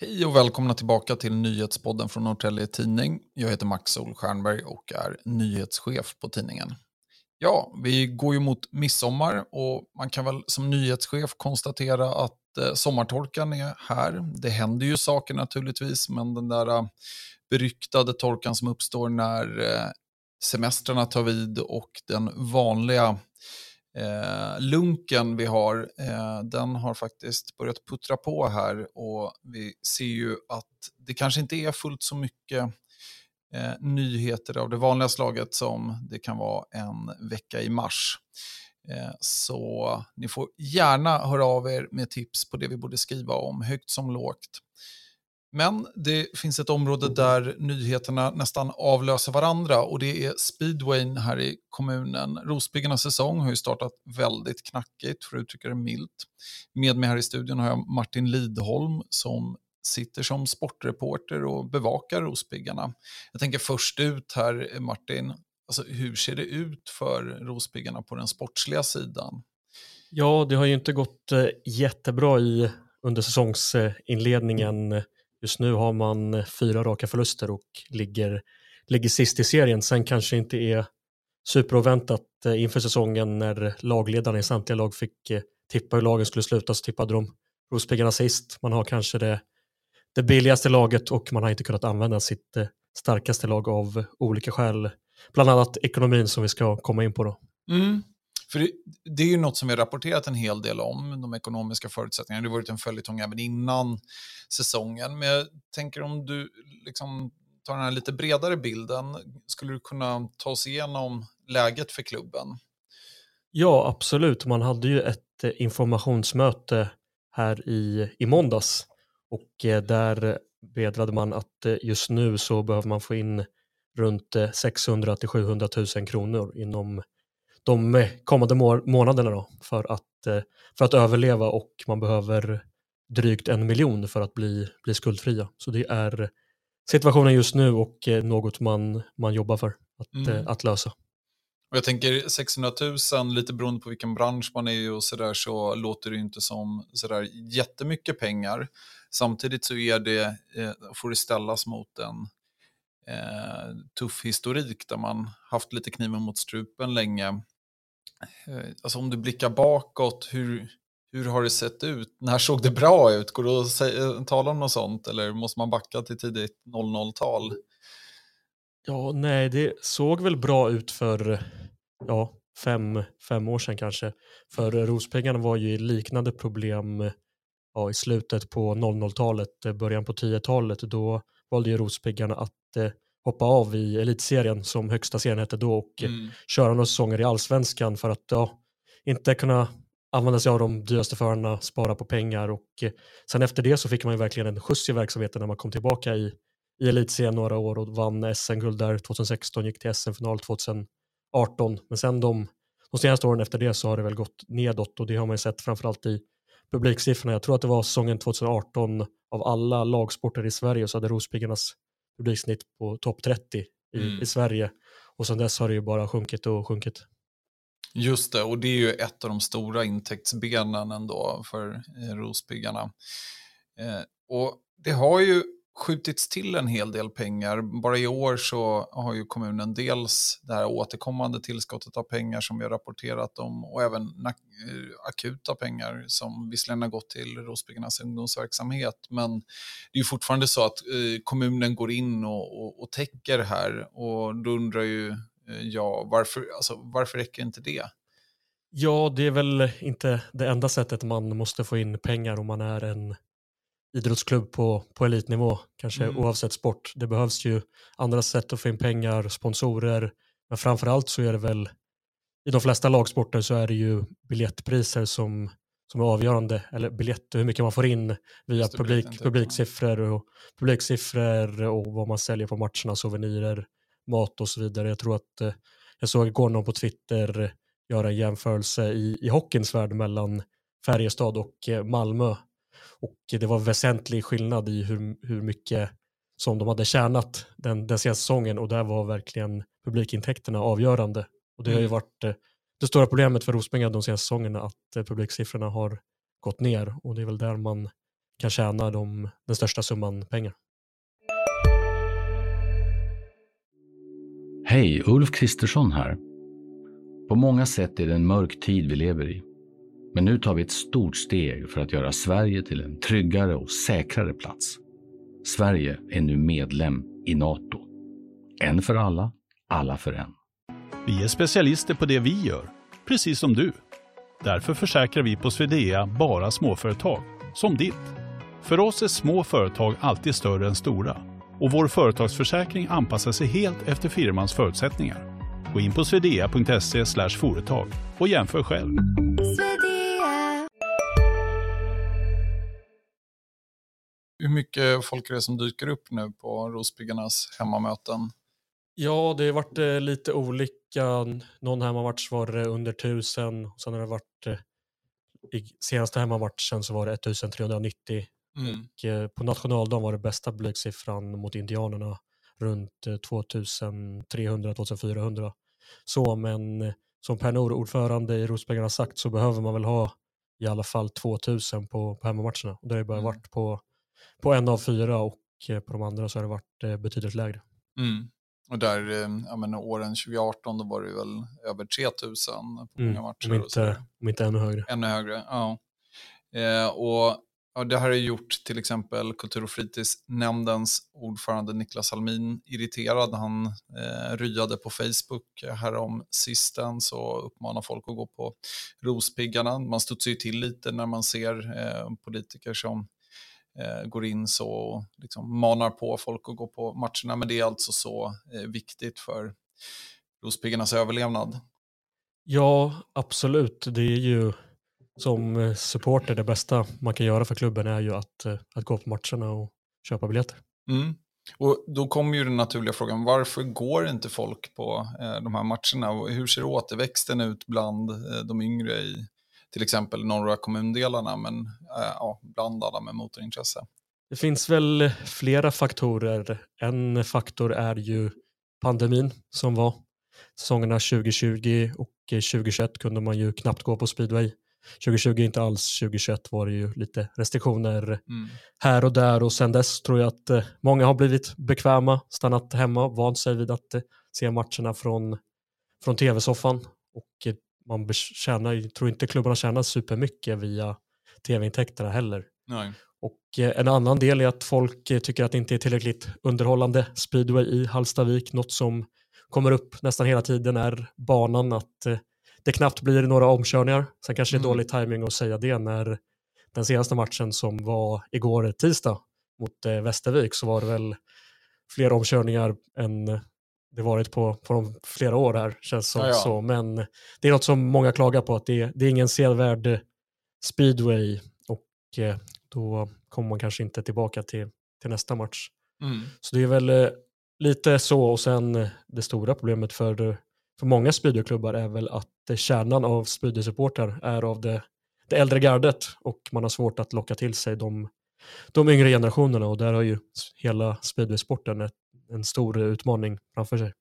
Hej och välkomna tillbaka till nyhetspodden från Norrtälje Tidning. Jag heter Max Solstjernberg och är nyhetschef på tidningen. Ja, vi går ju mot midsommar och man kan väl som nyhetschef konstatera att sommartorkan är här. Det händer ju saker naturligtvis, men den där beryktade torkan som uppstår när semestrarna tar vid och den vanliga lunken vi har, den har faktiskt börjat puttra på här och vi ser ju att det kanske inte är fullt så mycket nyheter av det vanliga slaget som det kan vara en vecka i mars. Så ni får gärna höra av er med tips på det vi borde skriva om, högt som lågt. Men det finns ett område där nyheterna nästan avlöser varandra och det är speedwayn här i kommunen. Rospiggarnas säsong har ju startat väldigt knackigt, för att uttrycka det milt. Med mig här i studion har jag Martin Lidholm som sitter som sportreporter och bevakar Rospiggarna. Jag tänker först ut här, Martin, alltså, hur ser det ut för Rospiggarna på den sportsliga sidan? Ja, det har ju inte gått jättebra under säsongsinledningen. Just nu har man 4 raka förluster och ligger sist i serien. Sen kanske inte är superoväntat inför säsongen när lagledarna i samtliga lag fick tippa hur lagen skulle sluta, så tippade de Rospiggarna sist. Man har kanske det billigaste laget och man har inte kunnat använda sitt starkaste lag av olika skäl. Bland annat ekonomin som vi ska komma in på då. Mm. För det är ju något som vi har rapporterat en hel del om, de ekonomiska förutsättningarna. Det har varit en följetong även innan säsongen. Men jag tänker, om du liksom tar den här lite bredare bilden, skulle du kunna ta oss igenom läget för klubben? Ja, absolut. Man hade ju ett informationsmöte här i måndags och där bedrade man att just nu så behöver man få in runt 600 till 700 000 kronor inom de kommande månaderna då, för att överleva, och man behöver drygt 1 miljon för att bli skuldfria. Så det är situationen just nu och något man jobbar för att lösa. Och jag tänker 600 000, lite beroende på vilken bransch man är i och sådär, så låter det inte som sådär jättemycket pengar. Samtidigt så är det, får det ställas mot en tuff historik där man haft lite kniven mot strupen länge. Alltså om du blickar bakåt, hur har det sett ut? När såg det bra ut? Går det att tala om något sånt? Eller måste man backa till tidigt 00-tal? Ja, nej, det såg väl bra ut för 5 år sedan kanske. För Rospiggarna var ju i liknande problem i slutet på 00-talet, början på 10-talet. Då valde ju Rospiggarna att hoppa av i elitserien, som högsta serien hette då, och köra några säsonger i allsvenskan för att inte kunna använda sig av de dyraste förarna, spara på pengar, och sen efter det så fick man ju verkligen en skjuts i verksamheten när man kom tillbaka i elitserien några år och vann SM-guld där 2016, gick till SM-final 2018, men sen de senaste åren efter det så har det väl gått nedåt, och det har man ju sett framförallt i publiksiffrorna. Jag tror att det var säsongen 2018 av alla lagsporter i Sverige så hade Rospiggarnas publiksnitt på topp 30 i Sverige, och sen dess har det ju bara sjunkit och sjunkit. Just det, och det är ju ett av de stora intäktsbenen ändå för Rospiggarna. Och det har ju skjutits till en hel del pengar. Bara i år så har ju kommunen dels det här återkommande tillskottet av pengar som vi har rapporterat om, och även akuta pengar som visserligen har gått till Rospiggarnas ungdomsverksamhet. Men det är ju fortfarande så att kommunen går in och täcker här, och då undrar ju varför räcker inte det? Ja, det är väl inte det enda sättet man måste få in pengar om man är en idrottsklubb på elitnivå, kanske oavsett sport. Det behövs ju andra sätt att få in pengar, sponsorer, men framförallt så är det väl i de flesta lagsporter så är det ju biljettpriser som är avgörande, eller biljetter, hur mycket man får in via publiksiffror och vad man säljer på matcherna, souvenirer, mat och så vidare. Jag tror att jag såg igår någon på Twitter göra en jämförelse i hockeyns värld mellan Färjestad och Malmö, och det var väsentlig skillnad i hur mycket som de hade tjänat den senaste säsongen, och där var verkligen publikintäkterna avgörande. Och det har ju varit det stora problemet för Rospiggarna de senaste säsongerna, att publiksiffrorna har gått ner, och det är väl där man kan tjäna den största summan pengar. Hej, Ulf Kristersson här. På många sätt är det en mörk tid vi lever i. Men nu tar vi ett stort steg för att göra Sverige till en tryggare och säkrare plats. Sverige är nu medlem i NATO. En för alla, alla för en. Vi är specialister på det vi gör, precis som du. Därför försäkrar vi på Swedea bara småföretag, som ditt. För oss är små företag alltid större än stora. Och vår företagsförsäkring anpassar sig helt efter firmans förutsättningar. Gå in på swedea.se/företag och jämför själv. Hur mycket folk är det som dyker upp nu på Rospiggarnas hemmamöten? Ja, det har varit lite olika. Någon hemmamatch var det under 1000. Sen har det varit i senaste hemmamatchen så var det 1390. Och på nationaldagen var det bästa publiksiffran mot indianerna runt 2300-2400. Så, men som Per Nor, ordförande i Rospiggarna, sagt, så behöver man väl ha i alla fall 2000 på hemmamatcherna. Och det har ju bara varit på en av 4 och på de andra så har det varit betydligt lägre. Och där, åren 2018 då var det väl över 3000 på många matcher. Om inte ännu högre. Ännu högre, ja. Och det här har gjort till exempel Kultur- och fritidsnämndens ordförande Niklas Almin irriterad. Han ryade på Facebook härom sisten så uppmanar folk att gå på Rospiggarna. Man studsar ju till lite när man ser politiker som går in så och liksom manar på folk att gå på matcherna. Men det är alltså så viktigt för Rospiggarnas överlevnad. Ja, absolut. Det är ju som supporter det bästa man kan göra för klubben är ju att gå på matcherna och köpa biljetter. Och då kommer ju den naturliga frågan, varför går inte folk på de här matcherna? Och hur ser återväxten ut bland de yngre i till exempel norra kommundelarna, men bland alla med motorintresse? Det finns väl flera faktorer. En faktor är ju pandemin som var. Säsongerna 2020 och 2021 kunde man ju knappt gå på speedway. 2020 inte alls, 2021 var det ju lite restriktioner här och där, och sen dess tror jag att många har blivit bekväma, stannat hemma, vant sig vid att se matcherna från tv-soffan, och man tror inte klubbarna tjänar supermycket via tv-intäkterna heller. Nej. Och en annan del är att folk tycker att det inte är tillräckligt underhållande speedway i Hallstavik. Något som kommer upp nästan hela tiden är banan, att det knappt blir några omkörningar. Sen kanske det är dålig timing att säga det när den senaste matchen som var igår tisdag mot Västervik, så var det väl fler omkörningar än det varit på de flera år här, känns som. Så. Men det är något som många klagar på, att det är ingen sevärd speedway, och då kommer man kanske inte tillbaka till nästa match. Så det är väl lite så, och sen det stora problemet för många speedwayklubbar är väl att kärnan av speedwaysupportrar är av det äldre gardet, och man har svårt att locka till sig de yngre generationerna, och där har ju hela speedwaysporten en stor utmaning framför sig.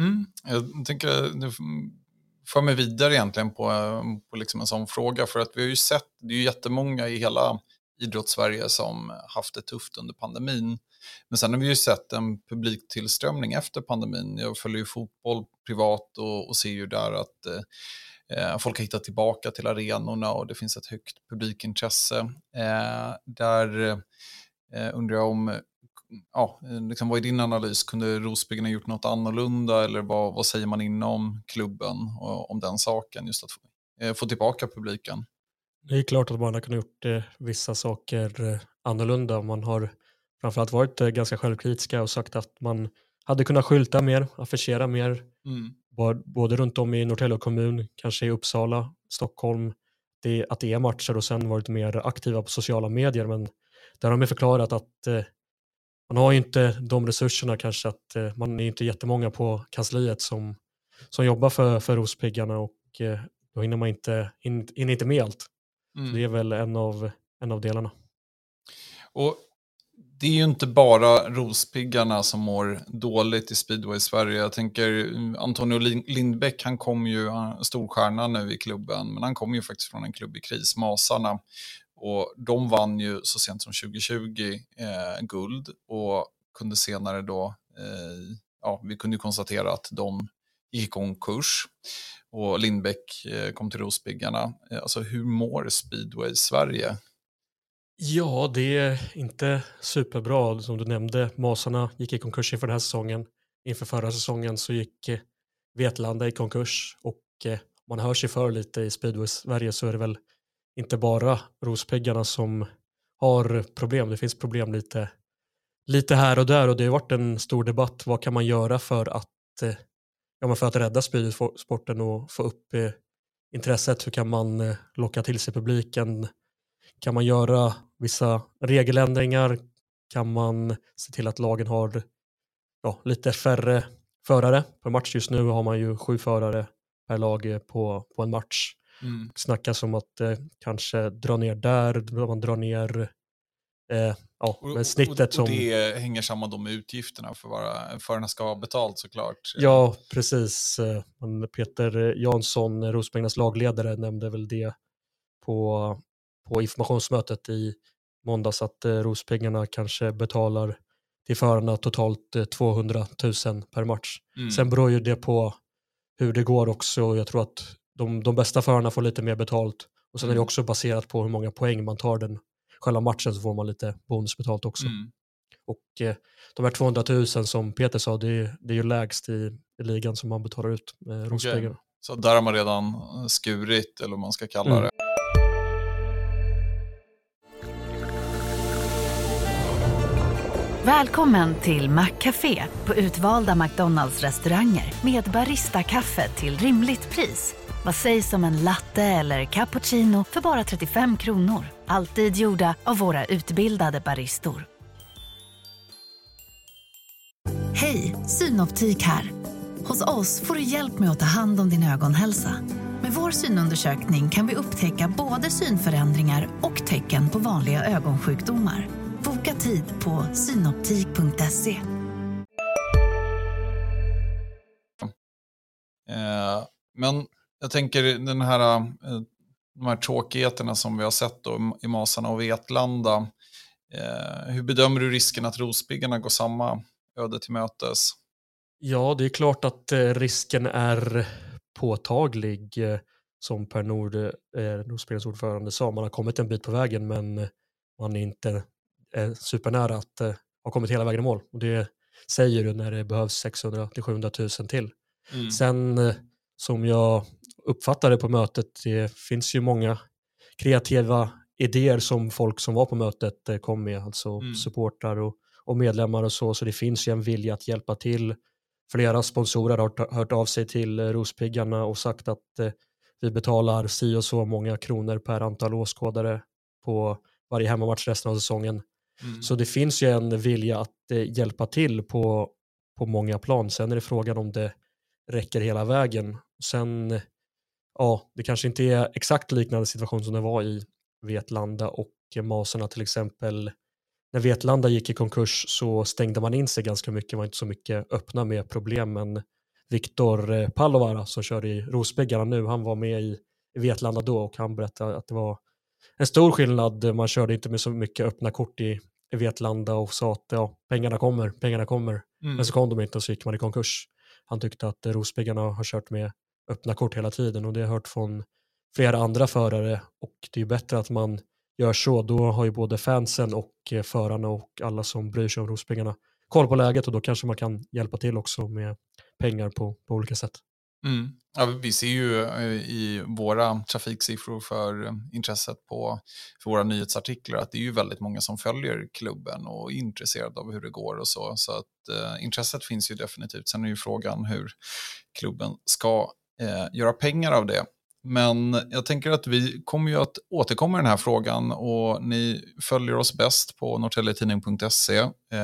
Jag tänker det för mig vidare egentligen på liksom en sån fråga, för att vi har ju sett, det är ju jättemånga i hela idrottssverige som haft det tufft under pandemin. Men sen har vi ju sett en publiktillströmning efter pandemin. Jag följer ju fotboll privat och ser ju där att folk har hittat tillbaka till arenorna och det finns ett högt publikintresse. Där undrar jag om, liksom, vad är din analys? Kunde Rospiggarna gjort något annorlunda, eller vad säger man inom klubben om den saken, just att få tillbaka publiken? Det är klart att man har kunnat gjort vissa saker annorlunda. Man har framförallt varit ganska självkritiska och sagt att man hade kunnat skylta mer, affischera mer. Både runt om i Norrtälje kommun, kanske i Uppsala, Stockholm. Att det är matcher, och sen varit mer aktiva på sociala medier. Men där har de förklarat att man har ju inte de resurserna, kanske att man är inte jättemånga på kansliet som jobbar för Rospiggarna, och då hinner man inte med allt. Så det är väl en av delarna. Och det är ju inte bara Rospiggarna som mår dåligt i speedway i Sverige. Jag tänker Antonio Lindbäck, han kom ju storstjärna nu i klubben, men han kom ju faktiskt från en klubb i kris, Masarna. Och de vann ju så sent som 2020 guld och kunde senare då, vi kunde ju konstatera att de gick i konkurs. Och Lindbäck kom till Rospiggarna. Alltså hur mår Speedway Sverige? Ja, det är inte superbra. Som du nämnde, Masarna gick i konkurs inför den här säsongen. Inför förra säsongen så gick Vetlanda i konkurs. Och man hör sig för lite i Speedway Sverige så är det väl inte bara Rospiggarna som har problem. Det finns problem lite här och där och det har varit en stor debatt. Vad kan man göra för att rädda speedsporten och få upp intresset? Hur kan man locka till sig publiken? Kan man göra vissa regeländringar? Kan man se till att lagen har lite färre förare per match? Just nu har man ju 7 förare per lag på en match. Snackas om att kanske dra ner där, man drar ner med snittet och det hänger samman då med utgifterna för förarna ska ha betalt såklart. Ja, precis. Peter Jansson, Rospiggarnas lagledare, nämnde väl det på informationsmötet i måndags att Rospiggarna kanske betalar till förarna totalt 200 000 per match. Sen beror ju det på hur det går också. Jag tror att de bästa förarna får lite mer betalt och sen är det också baserat på hur många poäng man tar själva matchen så får man lite bonusbetalt också. Och de här 200 000 som Peter sa, det är ju lägst i ligan som man betalar ut med Rospiggarna. Okay. Så där har man redan skurit eller vad man ska kalla det. Välkommen till McCafé på utvalda McDonalds-restauranger med Barista-kaffe till rimligt pris. Vad sägs om en latte eller cappuccino för bara 35 kronor? Alltid gjorda av våra utbildade baristor. Hej, Synoptik här. Hos oss får du hjälp med att ta hand om din ögonhälsa. Med vår synundersökning kan vi upptäcka både synförändringar och tecken på vanliga ögonsjukdomar. Boka tid på synoptik.se. Men jag tänker de här tråkigheterna som vi har sett då i Masarna och Vetlanda. Hur bedömer du risken att Rospiggarna går samma öde till mötes? Ja, det är klart att risken är påtaglig. Som Per Nord, Rospiggarnas ordförande, sa. Man har kommit en bit på vägen men man är inte supernära att ha kommit hela vägen i mål. Och det säger du när det behövs 600 till 700 000 till. Sen som jag uppfattade på mötet, det finns ju många kreativa idéer som folk som var på mötet kom med. Alltså supportrar och medlemmar och så det finns ju en vilja att hjälpa till. Flera sponsorer har hört av sig till Rospiggarna och sagt att vi betalar si och så många kronor per antal åskådare på varje hemmamatch resten av säsongen. Så det finns ju en vilja att hjälpa till på många plan. Sen är det frågan om det räcker hela vägen. Sen, det kanske inte är exakt liknande situation som det var i Vetlanda och Masarna till exempel. När Vetlanda gick i konkurs så stängde man in sig ganska mycket. Det var inte så mycket öppna med problemen. Viktor Palovara som kör i Rospiggarna nu, han var med i Vetlanda då och han berättade att det var en stor skillnad. Man körde inte med så mycket öppna kort i Vetlanda och sa att pengarna kommer. Men så kom de inte och så gick man i konkurs. Han tyckte att Rospiggarna har kört med öppna kort hela tiden och det har jag hört från flera andra förare och det är bättre att man gör så. Då har ju både fansen och förarna och alla som bryr sig om Rospiggarna koll på läget och då kanske man kan hjälpa till också med pengar på olika sätt. Ja, vi ser ju i våra trafiksiffror för intresset för våra nyhetsartiklar att det är ju väldigt många som följer klubben och är intresserade av hur det går och så att intresset finns ju definitivt. Sen är ju frågan hur klubben ska göra pengar av det. Men jag tänker att vi kommer ju att återkomma i den här frågan och ni följer oss bäst på norrtäljetidning.se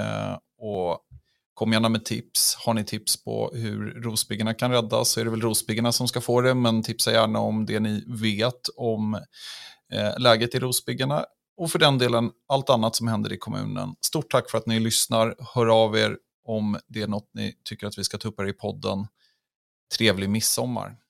och kom gärna med tips. Har ni tips på hur Rospiggarna kan räddas så är det väl Rospiggarna som ska få det, men tipsa gärna om det ni vet om läget i Rospiggarna och för den delen allt annat som händer i kommunen. Stort tack för att ni lyssnar. Hör av er om det är något ni tycker att vi ska ta upp här i podden. Trevlig midsommar.